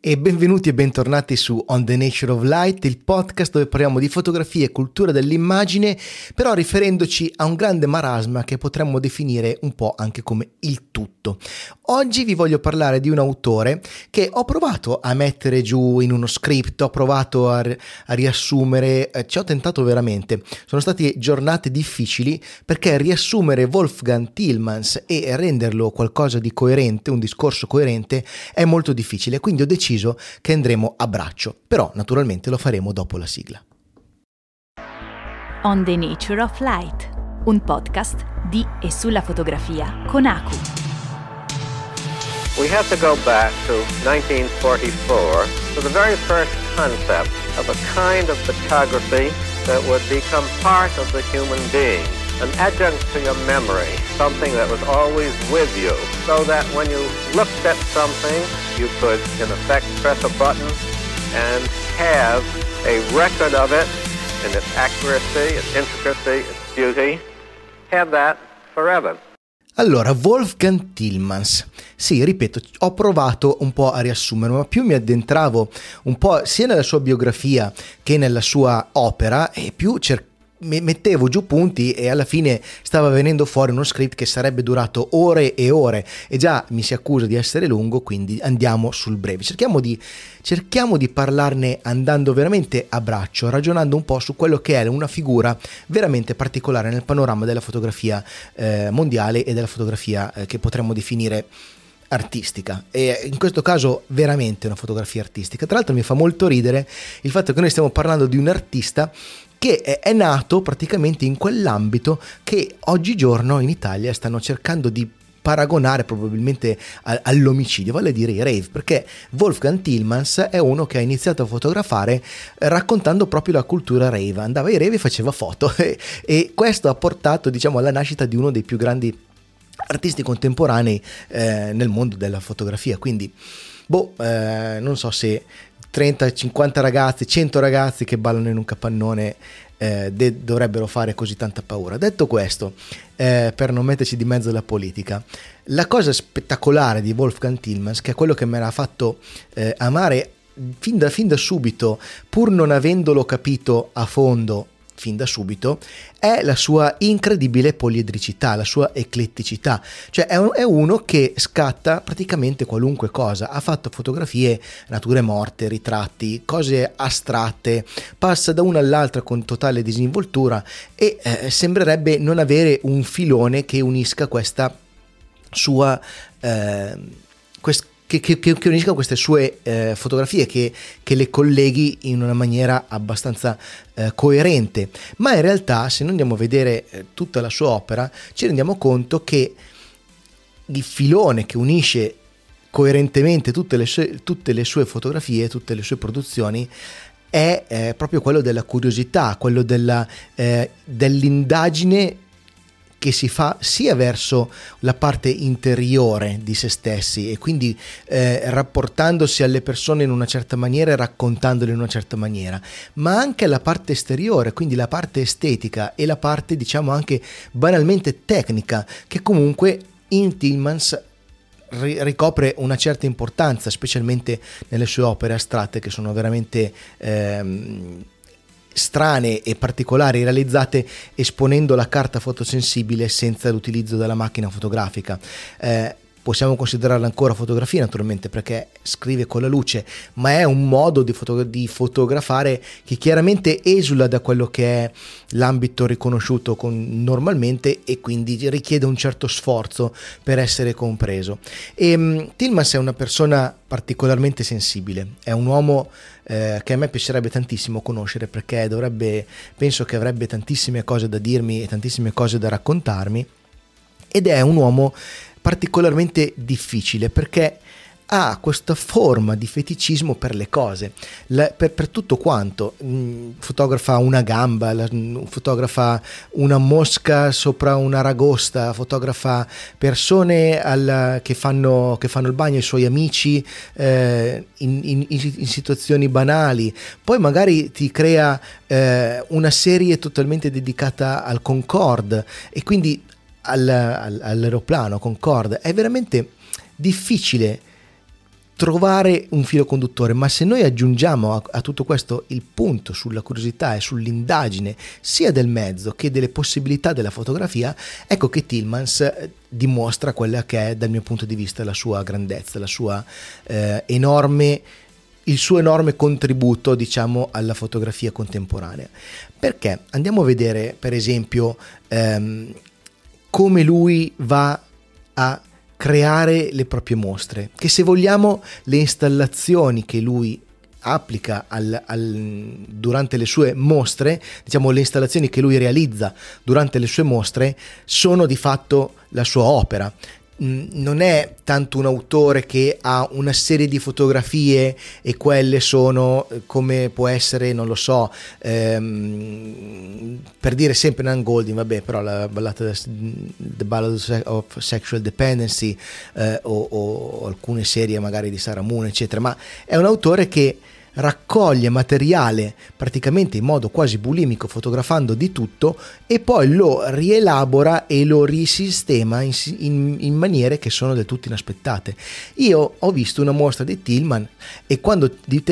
E benvenuti e bentornati su On the Nature of Light, il podcast dove parliamo di fotografia e cultura dell'immagine, però riferendoci a un grande marasma che potremmo definire un po' anche come il tutto. Oggi vi voglio parlare di un autore che ho provato a mettere giù in uno script, ho provato a riassumere, ci ho tentato veramente. Sono state giornate difficili perché riassumere Wolfgang Tillmans e renderlo qualcosa di coerente, un discorso coerente, è molto difficile, quindi ho deciso che andremo a braccio, però naturalmente lo faremo dopo la sigla. On the Nature of Light, un podcast di e sulla fotografia con Aku. We have to go back to 1944 to the very first concept of a kind of photography that would become part of the human being. An adjunct to your memory, something that was always with you, so that when you looked at something, you could, in effect, press a button and have a record of it in its accuracy, its intricacy, its beauty. Have that forever. Allora, Wolfgang Tillmans. Sì, ripeto, ho provato un po' a riassumerlo, ma più mi addentravo un po' sia nella sua biografia che nella sua opera, e più mettevo giù punti e alla fine stava venendo fuori uno script che sarebbe durato ore e ore e già mi si accusa di essere lungo, quindi andiamo sul breve. Cerchiamo di parlarne andando veramente a braccio, ragionando un po' su quello che è una figura veramente particolare nel panorama della fotografia mondiale e della fotografia che potremmo definire artistica, e in questo caso veramente una fotografia artistica. Tra l'altro mi fa molto ridere il fatto che noi stiamo parlando di un artista che è nato praticamente in quell'ambito che oggigiorno in Italia stanno cercando di paragonare probabilmente all'omicidio, vale a dire i rave, perché Wolfgang Tillmans è uno che ha iniziato a fotografare raccontando proprio la cultura rave, andava ai rave e faceva foto e questo ha portato, diciamo, alla nascita di uno dei più grandi artisti contemporanei nel mondo della fotografia. Quindi non so se 30, 50 ragazzi, 100 ragazzi che ballano in un capannone dovrebbero fare così tanta paura. Detto questo, per non metterci di mezzo la politica, la cosa spettacolare di Wolfgang Tillmans, che è quello che me l'ha fatto amare fin da subito, pur non avendolo capito a fondo fin da subito, è la sua incredibile poliedricità, la sua ecletticità. Cioè è uno che scatta praticamente qualunque cosa. Ha fatto fotografie, nature morte, ritratti, cose astratte, passa da una all'altra con totale disinvoltura e sembrerebbe non avere un filone che unisca questa sua che unisca queste sue fotografie, che le colleghi in una maniera abbastanza coerente. Ma in realtà, se noi andiamo a vedere tutta la sua opera, ci rendiamo conto che il filone che unisce coerentemente tutte le sue fotografie, tutte le sue produzioni, è proprio quello della curiosità, quello dell'indagine che si fa sia verso la parte interiore di se stessi e quindi rapportandosi alle persone in una certa maniera e raccontandole in una certa maniera, ma anche alla parte esteriore, quindi la parte estetica e la parte, diciamo, anche banalmente tecnica, che comunque in Tillmans ricopre una certa importanza, specialmente nelle sue opere astratte, che sono veramente strane e particolari, realizzate esponendo la carta fotosensibile senza l'utilizzo della macchina fotografica. Possiamo considerarla ancora fotografia, naturalmente, perché scrive con la luce, ma è un modo di fotografare che chiaramente esula da quello che è l'ambito riconosciuto normalmente e quindi richiede un certo sforzo per essere compreso. E Tillmans è una persona particolarmente sensibile, è un uomo che a me piacerebbe tantissimo conoscere, perché penso che avrebbe tantissime cose da dirmi e tantissime cose da raccontarmi, ed è un uomo particolarmente difficile perché ha questa forma di feticismo per le cose, per tutto quanto. Fotografa una gamba, fotografa una mosca sopra una ragosta, fotografa persone che fanno il bagno, i suoi amici in situazioni banali, poi magari ti crea una serie totalmente dedicata al Concorde e quindi all'aeroplano Concorde. È veramente difficile trovare un filo conduttore, ma se noi aggiungiamo a tutto questo il punto sulla curiosità e sull'indagine sia del mezzo che delle possibilità della fotografia, ecco che Tillmans dimostra quella che è, dal mio punto di vista, la sua grandezza, la sua il suo enorme contributo, diciamo, alla fotografia contemporanea. Perché andiamo a vedere, per esempio, come lui va a creare le proprie mostre, che se vogliamo le installazioni che lui applica durante le sue mostre, diciamo le installazioni che lui realizza durante le sue mostre, sono di fatto la sua opera. Non è tanto un autore che ha una serie di fotografie e quelle sono, come può essere, non lo so, per dire sempre Nan Goldin, vabbè, però la ballata The Ballad of Sexual Dependency o alcune serie magari di Sarah Moon, eccetera, ma è un autore che raccoglie materiale praticamente in modo quasi bulimico, fotografando di tutto, e poi lo rielabora e lo risistema in maniere che sono del tutto inaspettate. Io ho visto una mostra di Tillmans e quando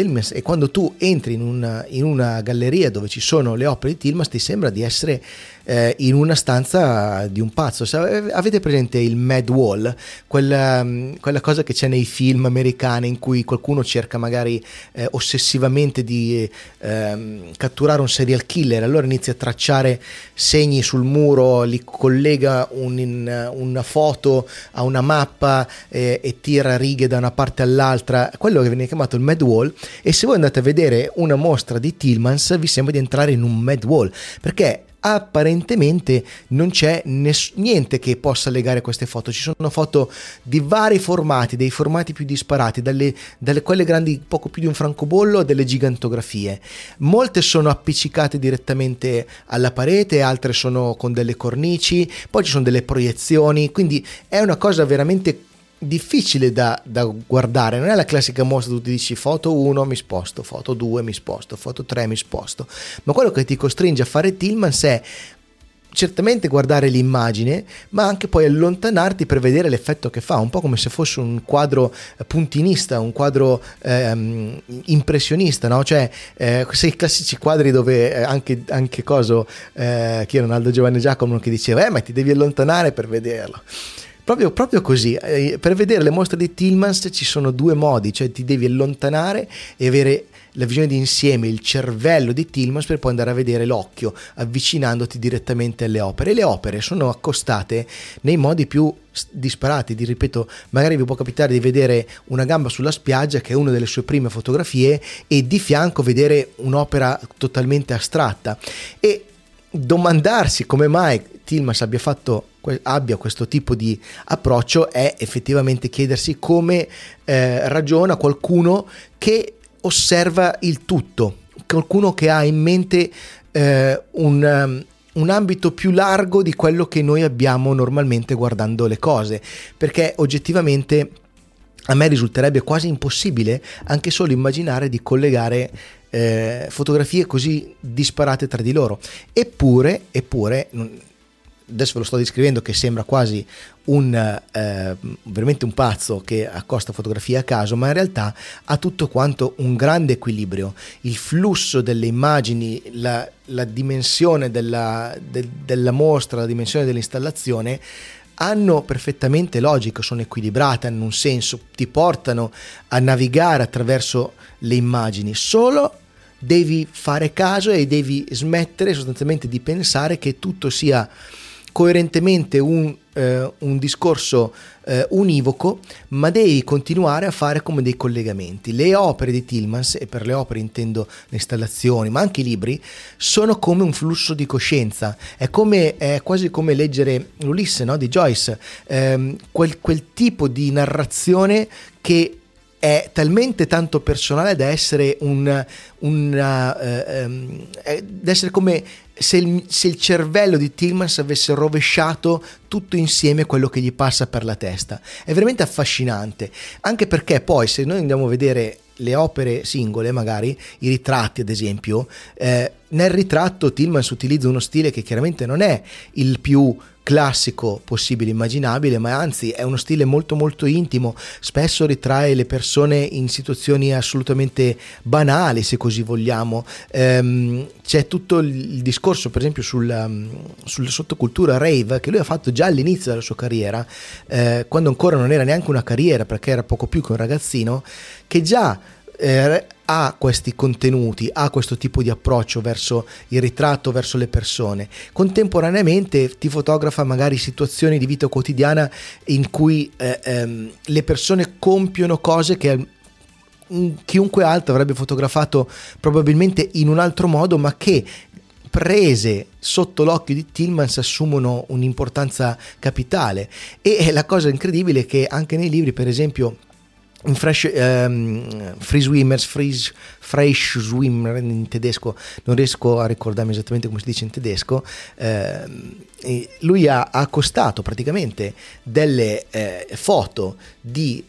tu entri in una galleria dove ci sono le opere di Tillmans ti sembra di essere in una stanza di un pazzo. Avete presente il Mad Wall, quella cosa che c'è nei film americani in cui qualcuno cerca magari ossessivamente di catturare un serial killer, allora inizia a tracciare segni sul muro, li collega una foto a una mappa e tira righe da una parte all'altra, quello che viene chiamato il Mad Wall. E se voi andate a vedere una mostra di Tillmans vi sembra di entrare in un Mad Wall, perché apparentemente non c'è niente che possa legare queste foto. Ci sono foto di vari formati, dei formati più disparati, dalle quelle grandi poco più di un francobollo a delle gigantografie. Molte sono appiccicate direttamente alla parete, altre sono con delle cornici, poi ci sono delle proiezioni, quindi è una cosa veramente difficile da guardare. Non è la classica mostra dove tu dici foto 1 mi sposto, foto 2 mi sposto, foto 3 mi sposto, ma quello che ti costringe a fare Tillmans è certamente guardare l'immagine, ma anche poi allontanarti per vedere l'effetto che fa, un po' come se fosse un quadro puntinista, un quadro impressionista, no? Cioè quei classici quadri dove anche chi era Ronaldo Giovanni Giacomo che diceva ma ti devi allontanare per vederlo. Proprio così, per vedere le mostre di Tillmans ci sono due modi, cioè ti devi allontanare e avere la visione di insieme, il cervello di Tillmans, per poi andare a vedere l'occhio, avvicinandoti direttamente alle opere. E le opere sono accostate nei modi più disparati. Ripeto, magari vi può capitare di vedere una gamba sulla spiaggia, che è una delle sue prime fotografie, e di fianco vedere un'opera totalmente astratta, e domandarsi come mai Tillmans abbia questo tipo di approccio è effettivamente chiedersi come ragiona qualcuno che osserva il tutto, qualcuno che ha in mente un ambito più largo di quello che noi abbiamo normalmente guardando le cose, perché oggettivamente a me risulterebbe quasi impossibile anche solo immaginare di collegare fotografie così disparate tra di loro. Eppure adesso ve lo sto descrivendo che sembra quasi veramente un pazzo che accosta fotografie a caso, ma in realtà ha tutto quanto un grande equilibrio. Il flusso delle immagini, la dimensione della mostra, la dimensione dell'installazione hanno perfettamente logica, sono equilibrate, hanno un senso, ti portano a navigare attraverso le immagini. Solo devi fare caso e devi smettere sostanzialmente di pensare che tutto sia coerentemente un discorso univoco, ma devi continuare a fare come dei collegamenti. Le opere di Tillmans, e per le opere intendo le installazioni ma anche i libri, sono come un flusso di coscienza, è quasi come leggere l'Ulisse, no? Di Joyce, quel tipo di narrazione che è talmente tanto personale da essere da essere come se il cervello di Tillmans avesse rovesciato tutto insieme quello che gli passa per la testa. È veramente affascinante, anche perché poi se noi andiamo a vedere le opere singole, magari i ritratti ad esempio, nel ritratto Tillmans utilizza uno stile che chiaramente non è il più classico possibile, immaginabile, ma anzi è uno stile molto molto intimo, spesso ritrae le persone in situazioni assolutamente banali, se così vogliamo. C'è tutto il discorso per esempio sulla sottocultura rave che lui ha fatto già all'inizio della sua carriera, quando ancora non era neanche una carriera perché era poco più che un ragazzino, che già ha questi contenuti, ha questo tipo di approccio verso il ritratto, verso le persone. Contemporaneamente ti fotografa magari situazioni di vita quotidiana in cui le persone compiono cose che chiunque altro avrebbe fotografato probabilmente in un altro modo, ma che prese sotto l'occhio di Tillmans assumono un'importanza capitale. E la cosa incredibile è che anche nei libri, per esempio in Fresh Swimmer in tedesco, non riesco a ricordarmi esattamente come si dice in tedesco, lui ha accostato praticamente delle foto di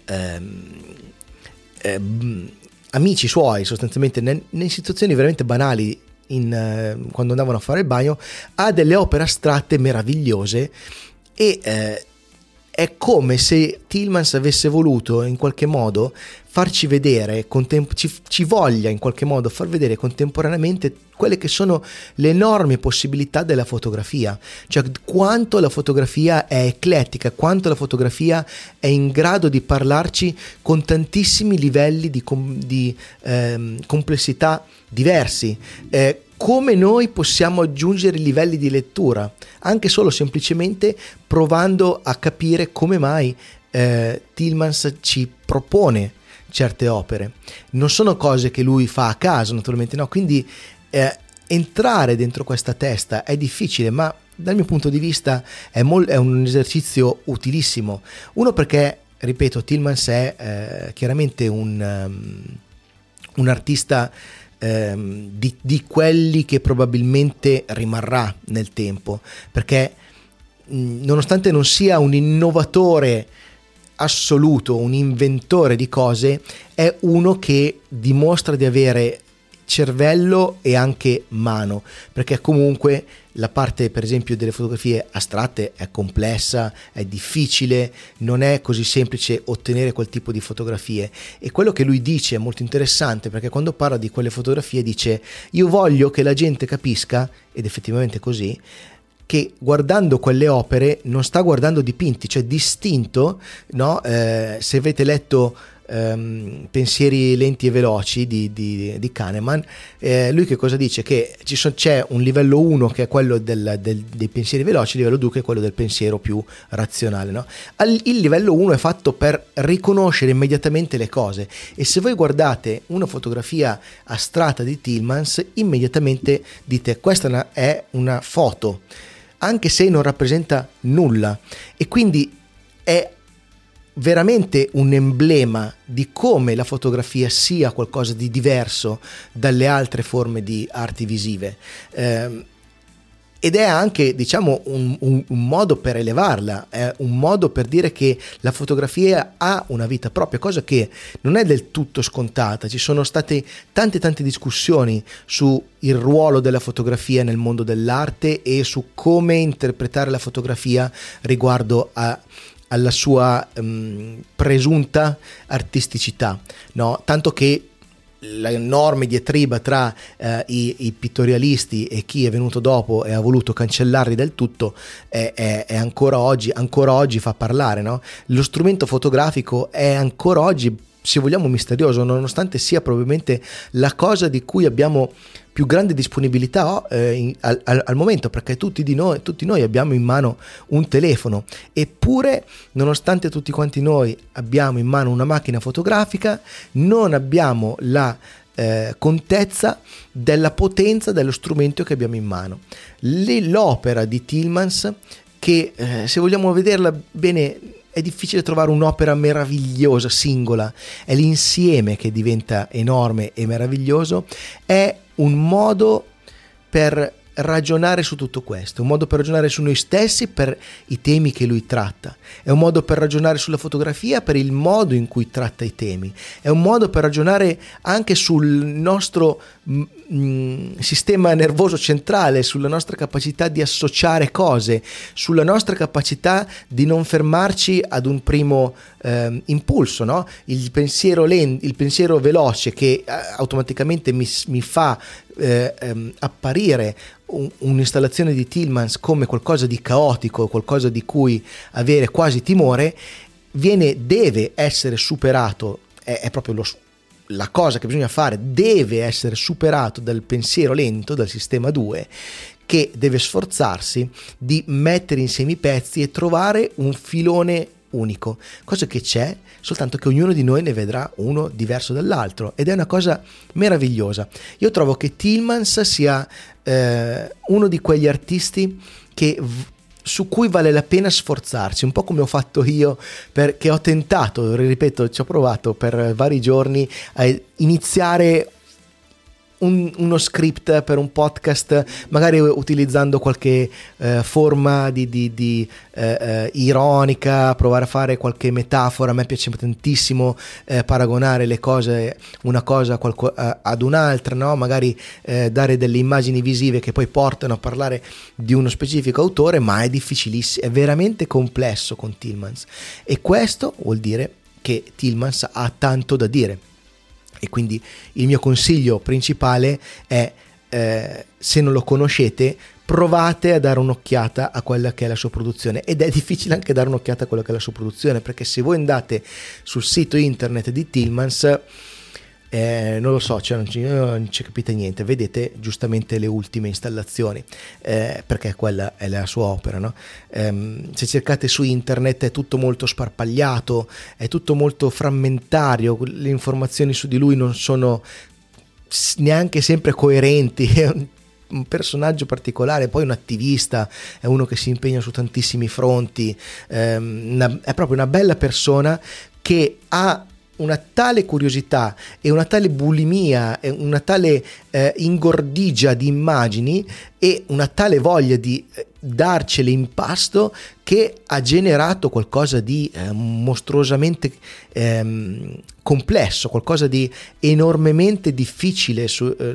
amici suoi, sostanzialmente in situazioni veramente banali, quando andavano a fare il bagno, a delle opere astratte meravigliose. E è come se Tillmans avesse voluto in qualche modo farci vedere, ci voglia in qualche modo far vedere contemporaneamente quelle che sono le enormi possibilità della fotografia, cioè quanto la fotografia è eclettica, quanto la fotografia è in grado di parlarci con tantissimi livelli di complessità diversi, come noi possiamo aggiungere livelli di lettura, anche solo semplicemente provando a capire come mai Tillmans ci propone certe opere. Non sono cose che lui fa a caso, naturalmente no, quindi entrare dentro questa testa è difficile, ma dal mio punto di vista è un esercizio utilissimo. Uno perché, ripeto, Tillmans è chiaramente un artista di quelli che probabilmente rimarrà nel tempo, perché nonostante non sia un innovatore assoluto, un inventore di cose, è uno che dimostra di avere cervello e anche mano, perché comunque la parte per esempio delle fotografie astratte è complessa, è difficile, non è così semplice ottenere quel tipo di fotografie. E quello che lui dice è molto interessante, perché quando parla di quelle fotografie dice: io voglio che la gente capisca, ed effettivamente così, che guardando quelle opere non sta guardando dipinti, cioè distinto, no? Se avete letto Pensieri lenti e veloci di Kahneman, lui che cosa dice? Che c'è un livello 1 che è quello dei pensieri veloci, il livello 2 che è quello del pensiero più razionale, no? Il livello 1 è fatto per riconoscere immediatamente le cose, e se voi guardate una fotografia astratta di Tillmans immediatamente dite: questa è una foto, anche se non rappresenta nulla, e quindi è veramente un emblema di come la fotografia sia qualcosa di diverso dalle altre forme di arti visive, ed è anche, diciamo, un modo per elevarla, è un modo per dire che la fotografia ha una vita propria, cosa che non è del tutto scontata. Ci sono state tante discussioni su il ruolo della fotografia nel mondo dell'arte e su come interpretare la fotografia riguardo alla sua presunta artisticità, no? Tanto che l'enorme diatriba tra i pittorialisti e chi è venuto dopo e ha voluto cancellarli del tutto è ancora oggi fa parlare, no? Lo strumento fotografico è ancora oggi, se vogliamo, misterioso, nonostante sia probabilmente la cosa di cui abbiamo più grande disponibilità al momento, perché tutti noi abbiamo in mano un telefono, eppure nonostante tutti quanti noi abbiamo in mano una macchina fotografica, non abbiamo la contezza della potenza dello strumento che abbiamo in mano. L'opera di Tillmans, che se vogliamo vederla bene è difficile trovare un'opera meravigliosa singola, è l'insieme che diventa enorme e meraviglioso, è un modo per ragionare su tutto questo, è un modo per ragionare su noi stessi per i temi che lui tratta, è un modo per ragionare sulla fotografia per il modo in cui tratta i temi, è un modo per ragionare anche sul nostro sistema nervoso centrale, sulla nostra capacità di associare cose, sulla nostra capacità di non fermarci ad un primo impulso, no? Il pensiero il pensiero veloce che automaticamente mi fa apparire un'installazione di Tillmans come qualcosa di caotico, qualcosa di cui avere quasi timore, deve essere superato, è proprio la cosa che bisogna fare, deve essere superato dal pensiero lento, dal sistema 2, che deve sforzarsi di mettere insieme i pezzi e trovare un filone unico, cosa che c'è, soltanto che ognuno di noi ne vedrà uno diverso dall'altro, ed è una cosa meravigliosa. Io trovo che Tillmans sia uno di quegli artisti su cui vale la pena sforzarsi, un po' come ho fatto io, perché ho tentato, ripeto, ci ho provato per vari giorni a iniziare uno script per un podcast, magari utilizzando qualche forma di ironica, provare a fare qualche metafora. A me piace tantissimo paragonare le cose, una cosa ad un'altra, no? Magari dare delle immagini visive che poi portano a parlare di uno specifico autore, ma è difficilissimo, è veramente complesso con Tillmans, e questo vuol dire che Tillmans ha tanto da dire. E quindi il mio consiglio principale è, se non lo conoscete, provate a dare un'occhiata a quella che è la sua produzione, ed è difficile anche dare un'occhiata a quella che è la sua produzione, perché se voi andate sul sito internet di Tillmans, non lo so, non ci capite niente, vedete giustamente le ultime installazioni, perché quella è la sua opera, no? Se cercate su internet è tutto molto sparpagliato, è tutto molto frammentario, le informazioni su di lui non sono neanche sempre coerenti, è un personaggio particolare, poi un attivista, è uno che si impegna su tantissimi fronti, è proprio una bella persona che ha una tale curiosità e una tale bulimia e una tale ingordigia di immagini e una tale voglia di darcele in pasto, che ha generato qualcosa di mostruosamente complesso, qualcosa di enormemente difficile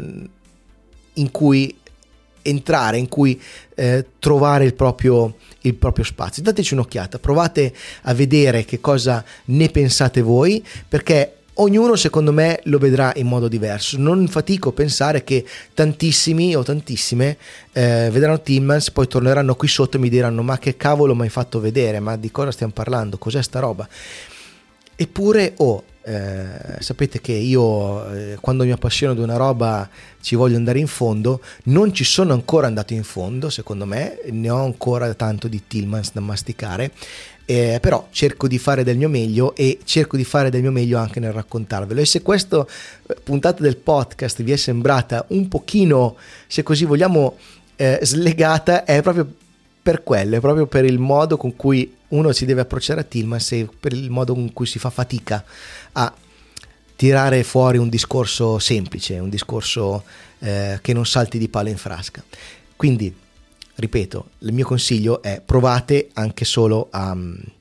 in cui entrare, in cui trovare il proprio spazio. Dateci un'occhiata, provate a vedere che cosa ne pensate voi, perché ognuno secondo me lo vedrà in modo diverso. Non fatico a pensare che tantissimi o tantissime vedranno Tillmans, poi torneranno qui sotto e mi diranno: ma che cavolo mi hai fatto vedere, ma di cosa stiamo parlando, cos'è sta roba? Eppure sapete che io quando mi appassiono di una roba ci voglio andare in fondo. Non ci sono ancora andato in fondo, secondo me, ne ho ancora tanto di Tillmans da masticare, però cerco di fare del mio meglio, e cerco di fare del mio meglio anche nel raccontarvelo. E se questa puntata del podcast vi è sembrata un pochino, se così vogliamo, slegata, è proprio per quello, è proprio per il modo con cui uno si deve approcciare a Tillmans e per il modo con cui si fa fatica a tirare fuori un discorso semplice, un discorso che non salti di palo in frasca. Quindi, ripeto, il mio consiglio è: provate anche solo a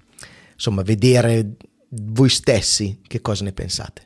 vedere voi stessi che cosa ne pensate.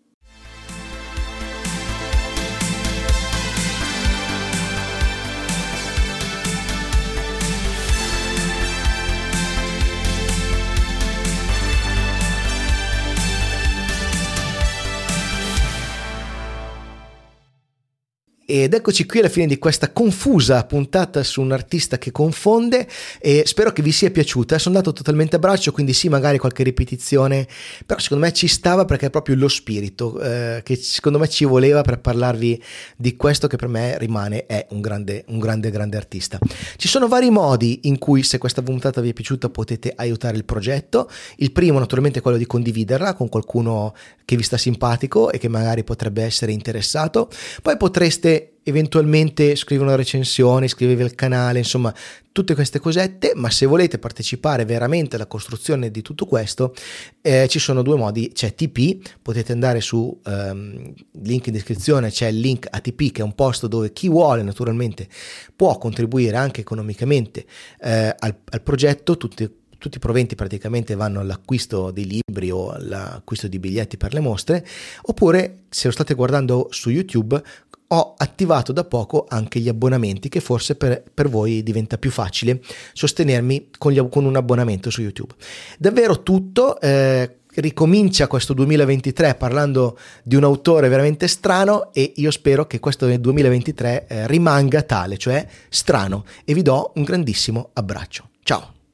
Ed eccoci qui alla fine di questa confusa puntata su un artista che confonde, e spero che vi sia piaciuta. Sono andato totalmente a braccio, quindi sì, magari qualche ripetizione, però secondo me ci stava, perché è proprio lo spirito che secondo me ci voleva per parlarvi di questo che per me è un grande artista. Ci sono vari modi in cui, se questa puntata vi è piaciuta, potete aiutare il progetto. Il primo naturalmente è quello di condividerla con qualcuno che vi sta simpatico e che magari potrebbe essere interessato. Poi potreste oppure eventualmente scrivere una recensione, iscrivervi al canale, insomma tutte queste cosette. Ma se volete partecipare veramente alla costruzione di tutto questo, ci sono due modi. C'è TP, potete andare su link in descrizione, c'è il link ATP, che è un posto dove chi vuole naturalmente può contribuire anche economicamente al progetto. Tutti i proventi praticamente vanno all'acquisto dei libri o all'acquisto di biglietti per le mostre. Oppure, se lo state guardando su YouTube, ho attivato da poco anche gli abbonamenti, che forse per voi diventa più facile sostenermi con un abbonamento su YouTube. Davvero tutto. Ricomincia questo 2023 parlando di un autore veramente strano, e io spero che questo 2023 rimanga tale, cioè strano, e vi do un grandissimo abbraccio. Ciao!